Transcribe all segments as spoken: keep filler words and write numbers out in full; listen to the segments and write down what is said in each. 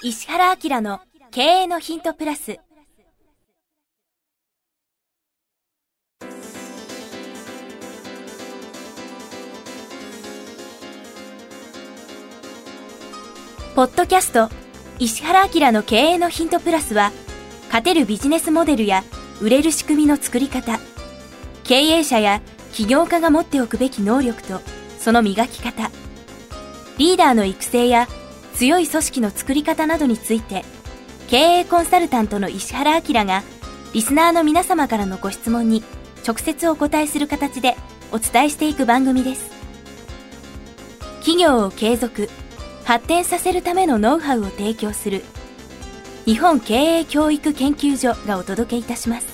石原明の経営のヒントプラス。ポッドキャスト石原明の経営のヒントプラスは、勝てるビジネスモデルや売れる仕組みの作り方、経営者や起業家が持っておくべき能力とその磨き方、リーダーの育成や強い組織の作り方などについて、経営コンサルタントの石原明がリスナーの皆様からのご質問に直接お答えする形でお伝えしていく番組です。企業を継続発展させるためのノウハウを提供する日本経営教育研究所がお届けいたします。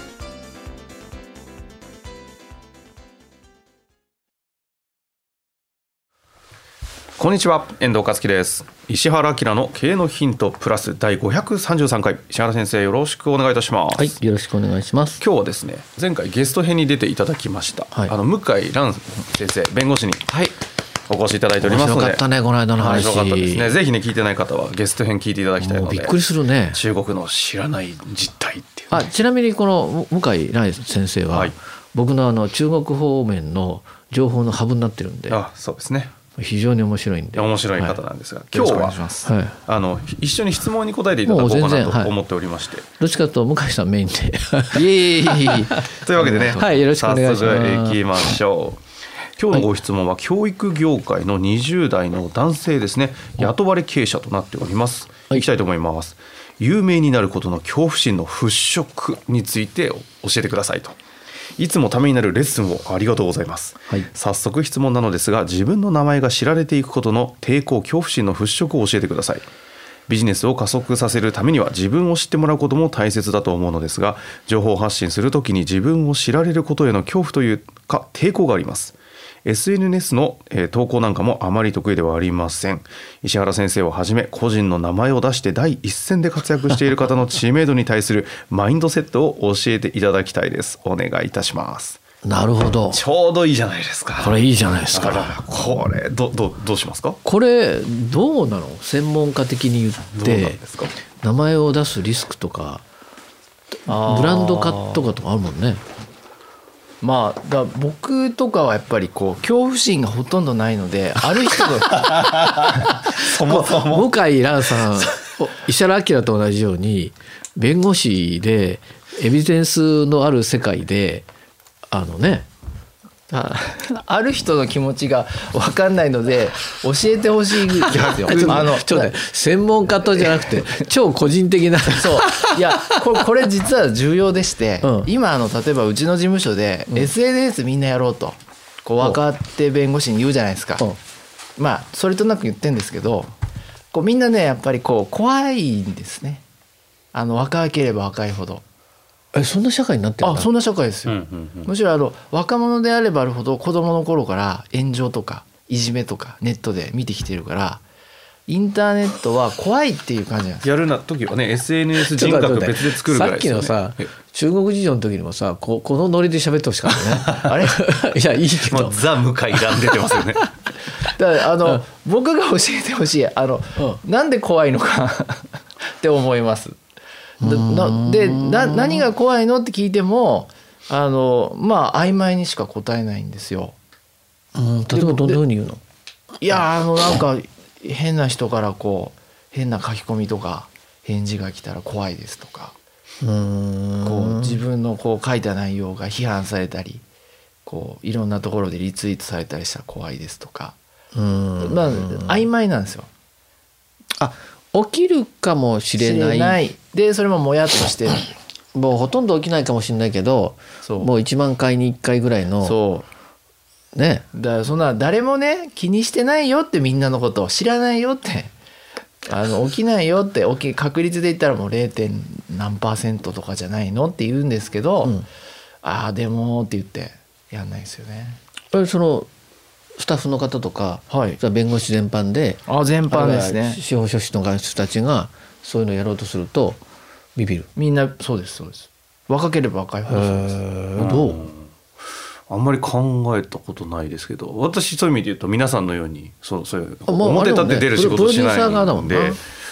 こんにちは、遠藤和樹です。石原明の経営のヒントプラスだいごひゃくさんじゅうさんかい、石原先生よろしくお願いいたします。 はい、よろしくお願いします。 今日はですね、前回ゲスト編に出ていただきました、はい、あの向井蘭先生、弁護士に、はいお越しいただいておりますので。 面白かったね、この間の話。 面白かったですね。ぜひね、聞いてない方はゲスト編聞いていただきたいので。 びっくりするね。 中国の知らない実態っていう、 ね、あちなみにこの向井蘭先生は、はい、僕のあの中国方面の情報のハブになってるんで。 あ、そうですね。 非常に面白いんで。 面白い方なんですが、はい、今日は、はい、あの一緒に質問に答えていただこうかなと思っておりまして、はい、 どっちかというと向井さんメインでいえいえいえというわけでね、 はい、よろしくお願いします。 早速いきましょう。今日のご質問は教育業界のにじゅう代の男性ですね、雇われ経営者となっております。いきたいと思います。有名になることの恐怖心の払拭について教えてくださいと。いつもためになるレッスンをありがとうございます、はい、早速質問なのですが、自分の名前が知られていくことの抵抗恐怖心の払拭を教えてください。ビジネスを加速させるためには自分を知ってもらうことも大切だと思うのですが、情報発信するときに自分を知られることへの恐怖というか抵抗があります。エスエヌエス の、えー、投稿なんかもあまり得意ではありません。石原先生をはじめ個人の名前を出して第一線で活躍している方の知名度に対するマインドセットを教えていただきたいです。お願いいたします。 なるほど。 ちょうどいいじゃないですか。 これいいじゃないですか。 これ ど, ど, どうしますか。 これどうなの、専門家的に言って名前を出すリスクとかブランド化とかとかあるもんね。 まあ、だ僕とかはやっぱりこう恐怖心がほとんどないので、ある人がそもそも向井蘭さん石原明と同じように弁護士でエビデンスのある世界であのねあ, ある人の気持ちが分かんないので教えてほしいですよ。 あのちょっと、ね、専門家とじゃなくて超個人的なそういや こ, れこれ実は重要でして、うん、今あの例えばうちの事務所で エスエヌエス みんなやろうとこう若手弁護士に言うじゃないですか、うん、まあそれとなく言ってるんですけど、こうみんなねやっぱりこう怖いんですね。あの若ければ若いほど。 えそんな社会になってるんだ。 あそんな社会ですよ、うんうんうん、むしろあの若者であればあるほど子供の頃から炎上とかいじめとかネットで見てきてるから、インターネットは怖いっていう感じなんですよ。 やるな時はね エスエヌエス 人格別で作るぐらいですよね。 さっきのさ中国事情の時にもさ こ, このノリで喋ってほしかったねあれいやいいけど、 ザ・向井蘭出てますよねだからあの、うん、僕が教えてほしいあの、うん、なんで怖いのかって思います。なでな何が怖いのって聞いてもあのまあ曖昧にしか答えないんですよ。 うん、例えばどんなふうに言うの？ いやあのなんか変な人からこう変な書き込みとか返事が来たら怖いですとか、うーんこう自分のこう書いた内容が批判されたりこういろんなところでリツイートされたりしたら怖いですとか、うーんまあ曖昧なんですよ。 あ起きるかもしれない、 ないでそれももやっとしてるもうほとんど起きないかもしれないけどもういちまんかいにいっかいぐらいのそうね、 だからそんな誰もね気にしてないよって、みんなのことを知らないよってあの起きないよって起き確率で言ったらもう ゼロ. 何パーセントとかじゃないのって言うんですけど、うん、ああでもって言ってやんないですよね。 そのスタッフの方とか、はい、弁護士全般であ全般ですね。 司法書士の人たちがそういうのをやろうとするとビビる。 みんなそうですそうです。若ければ若いほどそうです。 どう？ あんまり考えたことないですけど、私そういう意味で言うと皆さんのようにそうそういう表立って出る仕事しないんで、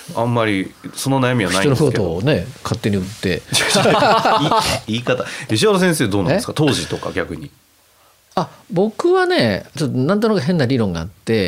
あんまりその悩みはないんですけど。 人のことをね勝手に売って言い方石原先生どうなんですか、当時とか逆に。 あ僕はねちょっとなんとなく変な理論があって、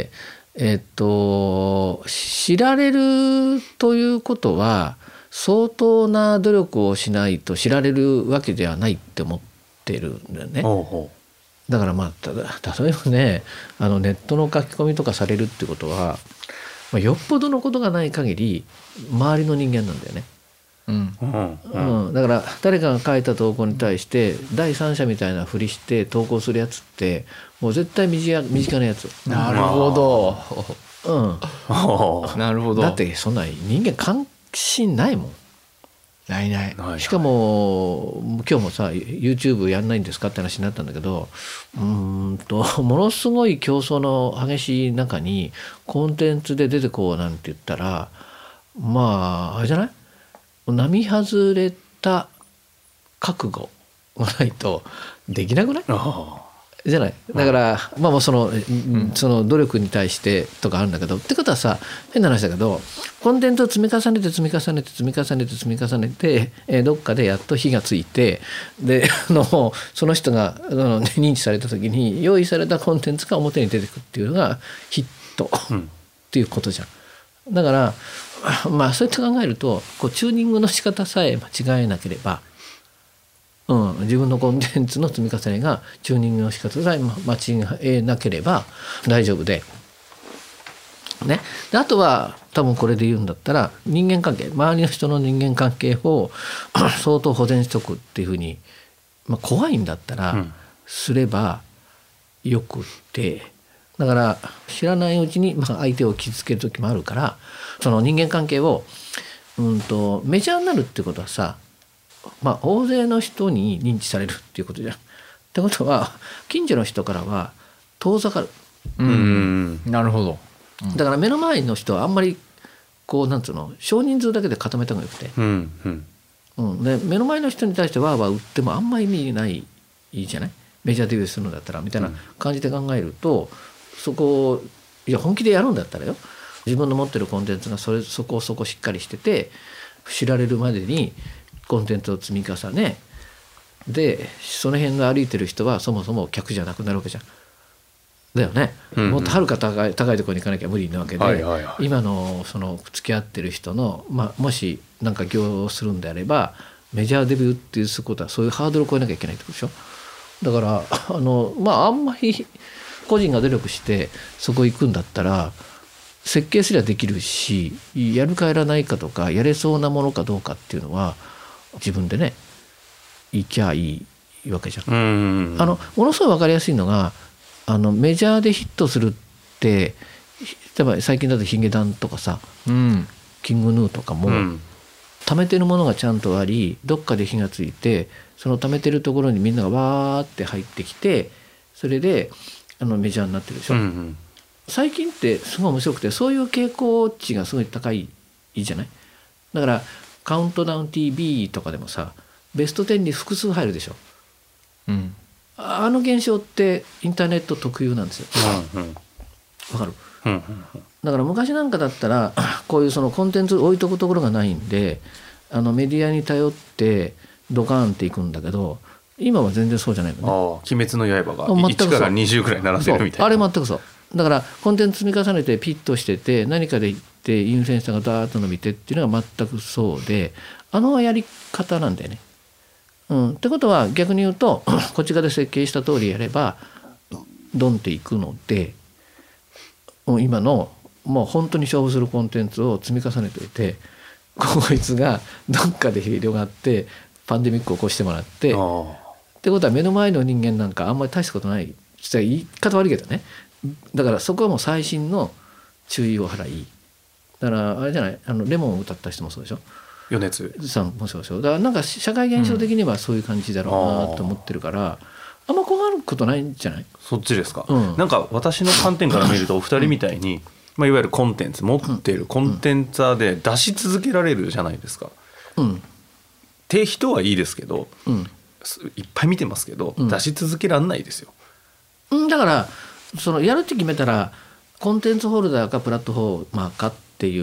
えっと知られるということは相当な努力をしないと知られるわけではないって思ってるんだよね。 ほうほだからまあただ例えばねあのネットの書き込みとかされるってことは、まあ、よっぽどのことがない限り周りの人間なんだよね。 うんう、うんうんうん、だから誰かが書いた投稿に対して第三者みたいなふりして投稿するやつってもう絶対身近身近なやつ、 なるほど、 うん、 ほうなるほど。 だってそんな人間関心ないもん。 ないない。 はいしかも今日もさ YouTube やんないんですかって話になったんだけど、うーんとものすごい競争の激しい中にコンテンツで出てこうなんて言ったらまああれじゃない、並外れた覚悟がないとできなくないあじゃない。だからまあもうその、その努力に対してとかあるんだけど、ってことはさ変な話だけどコンテンツを積み重ねて積み重ねて積み重ねて積み重ねて、えーどっかでやっと火がついてであのその人があの認知された時に用意されたコンテンツが表に出てくるっていうのがヒットっていうことじゃん。だからまあそうやって考えるとこうチューニングの仕方さえ間違えなければ、うん、自分のコンテンツの積み重ねがチューニングの仕方さえ間違えなければ大丈夫で、ね、であとは多分これで言うんだったら人間関係、周りの人の人間関係を相当保全しとくっていうふうに、まあ、怖いんだったらうんすればよくて、だから知らないうちにまあ相手を傷つける時もあるから、その人間関係をうんとメジャーになるってことはさ、まあ、大勢の人に認知されるっていうことじゃん。ってことは近所の人からは遠ざかる。 ううんんなるほど。 だから目の前の人はあんまりこうなんつうの少人数だけで固めた方がよくて、 うんうんうん、で目の前の人に対してワーワー売ってもあんまり意味ないいいじゃない、メジャーデビューするのだったらみたいな感じで考えると、そこをいや本気でやるんだったらよ、自分の持ってるコンテンツがそれそこそこしっかりしてて知られるまでにコンテンツを積み重ねで、その辺の歩いてる人はそもそも客じゃなくなるわけじゃん。だよね、 うんうんもっとはるか高い高いところに行かなきゃ無理なわけで、 はいはいはい今のその付き合ってる人の、まあ、もし何か業をするんであればメジャーデビューっていうことはそういうハードルを超えなきゃいけないってことでしょ。だからあのまああんまり個人が努力してそこ行くんだったら設計すりゃできるし、やるかやらないかとかやれそうなものかどうかっていうのは自分でね行きゃいいわけじゃん。 うんあのものすごい分かりやすいのがあのメジャーでヒットするって例えば最近だとヒゲダンとかさうんキングヌーとかも、 うん貯めてるものがちゃんとありどっかで火がついてその貯めてるところにみんながわーって入ってきてそれであのメジャーになってるでしょ、 うんうん最近ってすごい面白くてそういう傾向値がすごい高いいいじゃない。だからカウントダウン ティーブイ とかでもさベストじゅうに複数入るでしょ。 うんあの現象ってインターネット特有なんですよ。 うんわかる。 うんうんだから昔なんかだったらこういうそのコンテンツ置いとくところがないんであのメディアに頼ってドカーンっていくんだけど今は全然そうじゃないああよね。 鬼滅の刃があ全くそういちからにじゅうくらい並んでるみたいな。 そうあれ全くそうだからコンテンツ積み重ねてピッとしてて何かで言ってインフルエンサーがダーッと伸びてっていうのが全くそうであのやり方なんだよね。うん、ってことは逆に言うとこっち側で設計した通りやればドンっていくのでもう今のもう本当に勝負するコンテンツを積み重ねておいてこいつがどっかで広がってパンデミックを起こしてもらってあってことは目の前の人間なんかあんまり大したことない実は言い方悪いけどねだからそこはもう細心の注意を払いだからあれじゃないあのレモンを歌った人もそうでしょ余熱さんもそうでしょだからなんか社会現象的にはそういう感じだろうなと思ってるから、あんま怖がることないんじゃない。 そっちですか、 うんなんか私の観点から見るとお二人みたいに、まあ、いわゆるコンテンツ持ってるコンテンツァーで出し続けられるじゃないですか。 うんって人はいいですけどうんいっぱい見てますけど、 うん出し続けられないですよ。 うんだからそのやるって決めたらコンテンツホルダーかプラットフォーマーかっていう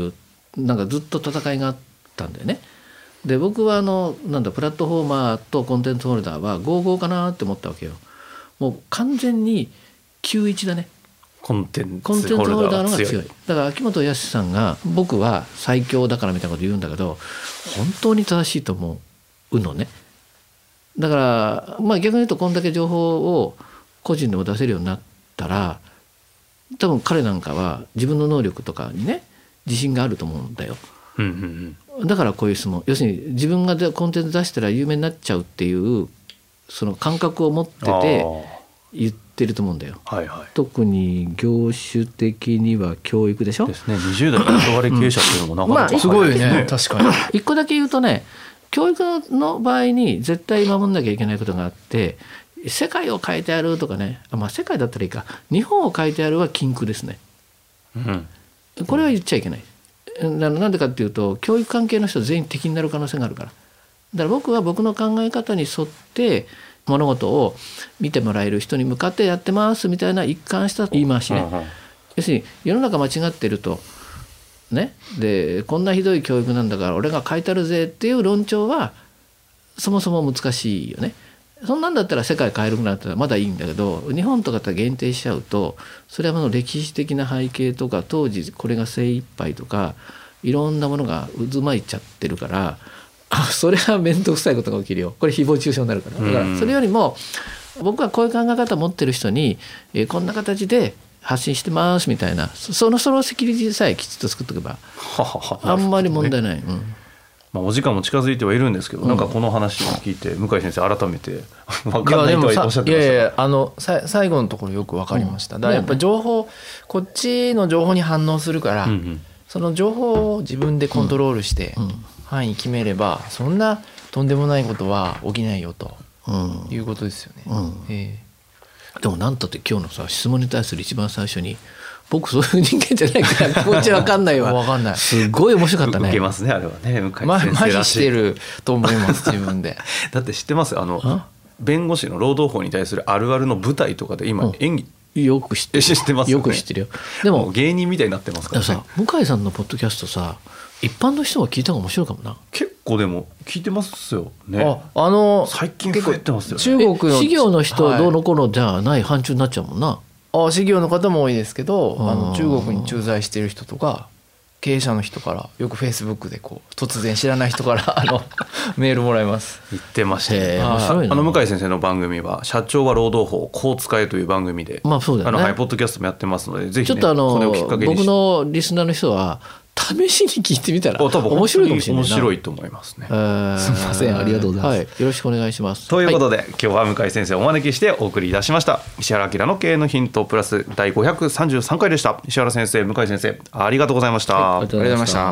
なんかずっと戦いがあったんだよね。で僕はあのなんだプラットフォーマーとコンテンツホルダーは合々かなって思ったわけよ。もう完全にきゅういちだね。 コンテンコンテンツホツホルルダーのダーが強い。 方が強い。だから秋元康さんが僕は最強だからみたいなこと言うんだけど、本当に正しいと思うのね。だからまあ逆に言うとこんだけ情報を個人でも出せるようになったら、多分彼なんかは自分の能力とかにね自信があると思うんだよ。 うんうんうん、 だからこういう質問、要するに自分がコンテンツ出したら有名になっちゃうっていうその感覚を持ってて言ってると思うんだよ。 はいはい、 特に業種的には教育でしょ。 ですね。にじゅう代の雇われ経営者っていうのもなかなか、 すごいよね。確かに。 一個だけ言うとね、教育の場合に絶対守んなきゃいけないことがあって、世界を変えてやるとかね、まあ世界だったらいいか、日本を変えてやるは禁句ですね。 うん、 これは言っちゃいけない。なんでかっていうと教育関係の人全員敵になる可能性があるから。だから僕は僕の考え方に沿って物事を見てもらえる人に向かってやってますみたいな一貫した言い回しね、うんうん、要するに世の中間違ってるとね、でこんなひどい教育なんだから俺が変えたるぜっていう論調はそもそも難しいよね。そんなんだったら世界変えるくなったらまだいいんだけど、日本とかって限定しちゃうとそれはもう歴史的な背景とか当時これが精一杯とかいろんなものが渦巻いちゃってるから、あそれは面倒くさいことが起きるよ。これ誹謗中傷になるから。だからそれよりも僕はこういう考え方を持ってる人に、えー、こんな形で発信してますみたいな、そのそのセキュリティさえきちっと作っておけばあんまり問題ない。うん、 まあ、お時間も近づいてはいるんですけど、うん、なんかこの話を聞いて向井先生改めて分かんないとはおっしゃってました。 いやいやあのさ最後のところよく分かりました。うん、だからやっぱ情報、こっちの情報に反応するから、うんうん、その情報を自分でコントロールして範囲決めれば、そんなとんでもないことは起きないよと、うん、いうことですよね。うんえー、でもなんとって今日のさ質問に対する一番最初に僕そういう人間じゃないから気持ちわかんないわ。 わかんない。 すごい面白かったね。 受けますねあれはね。向井先生らしい。 麻痺してると思います自分で。 だって知ってますあの弁護士の労働法に対するあるあるの舞台とかで今演技、 うん、よく知ってる。 知ってますよね。 よく知ってるよ。でも芸人みたいになってますからね。 さ向井さんのポッドキャストさ一般の人が聞いた方が面白いかもな。 結構でも聞いてますよね。 あ、あの最近増えてますよね。 中国の事業の人どうのこうのじゃない範疇になっちゃうもんな。 あ事業の方も多いですけど、あの中国に駐在している人とか経営者の人からよくフェイスブックでこう突然知らない人からあのメールもらいます。 言ってましたね。あの向井先生の番組は社長は労働法をこう使えという番組で、 まあそうだよね、 あのはいポッドキャストもやってますのでぜひ、ね、 ちょっとあのこれをきっかけに僕のリスナーの人は試しに聞いてみたら面白いかもしれないな。 面白いと思いますね。 えー、すみませんありがとうございます、はい、よろしくお願いします。 ということで、 はい、 今日は向井先生をお招きしてお送りいたしました石原明の経営のヒントプラスだいごひゃくさんじゅうさんかいでした。石原先生、向井先生ありがとうございました。 はい、ありがとうございました。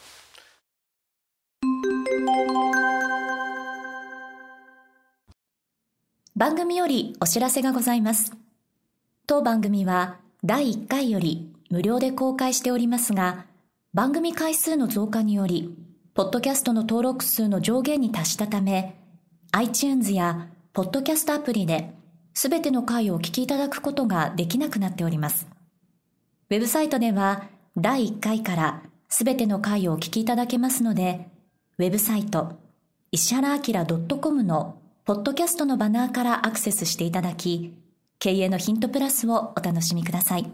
番組よりお知らせがございます。当番組はだいいっかいより無料で公開しておりますが、番組回数の増加によりポッドキャストの登録数の上限に達したため、 iTunes やポッドキャストアプリですべての回をお聞きいただくことができなくなっております。ウェブサイトではだいいっかいからすべての回をお聞きいただけますので、ウェブサイト石原明 .com のポッドキャストのバナーからアクセスしていただき、経営のヒントプラスをお楽しみください。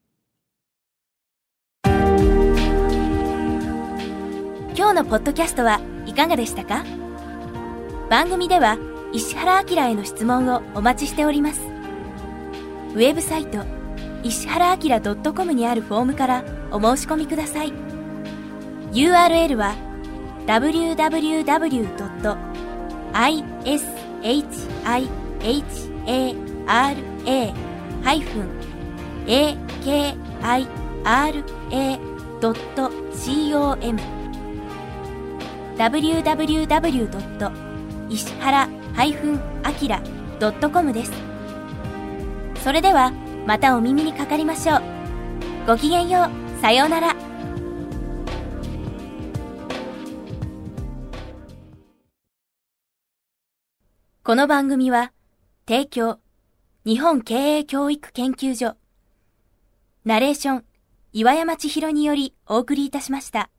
今日のポッドキャストはいかがでしたか？番組では石原明への質問をお待ちしております。ウェブサイト石原明 .com にあるフォームからお申し込みください。 ユーアールエル は ダブリューダブリューダブリュードットアイエスエイチアイエイチエーアールエー ハイフン エーケーアイアールエー ドット コム ダブリューダブリューダブリュー ドット 石原 アキラ ドット コム です。それではまたお耳にかかりましょう。ごきげんよう。さようなら。この番組は提供日本経営教育研究所、ナレーション岩山千尋によりお送りいたしました。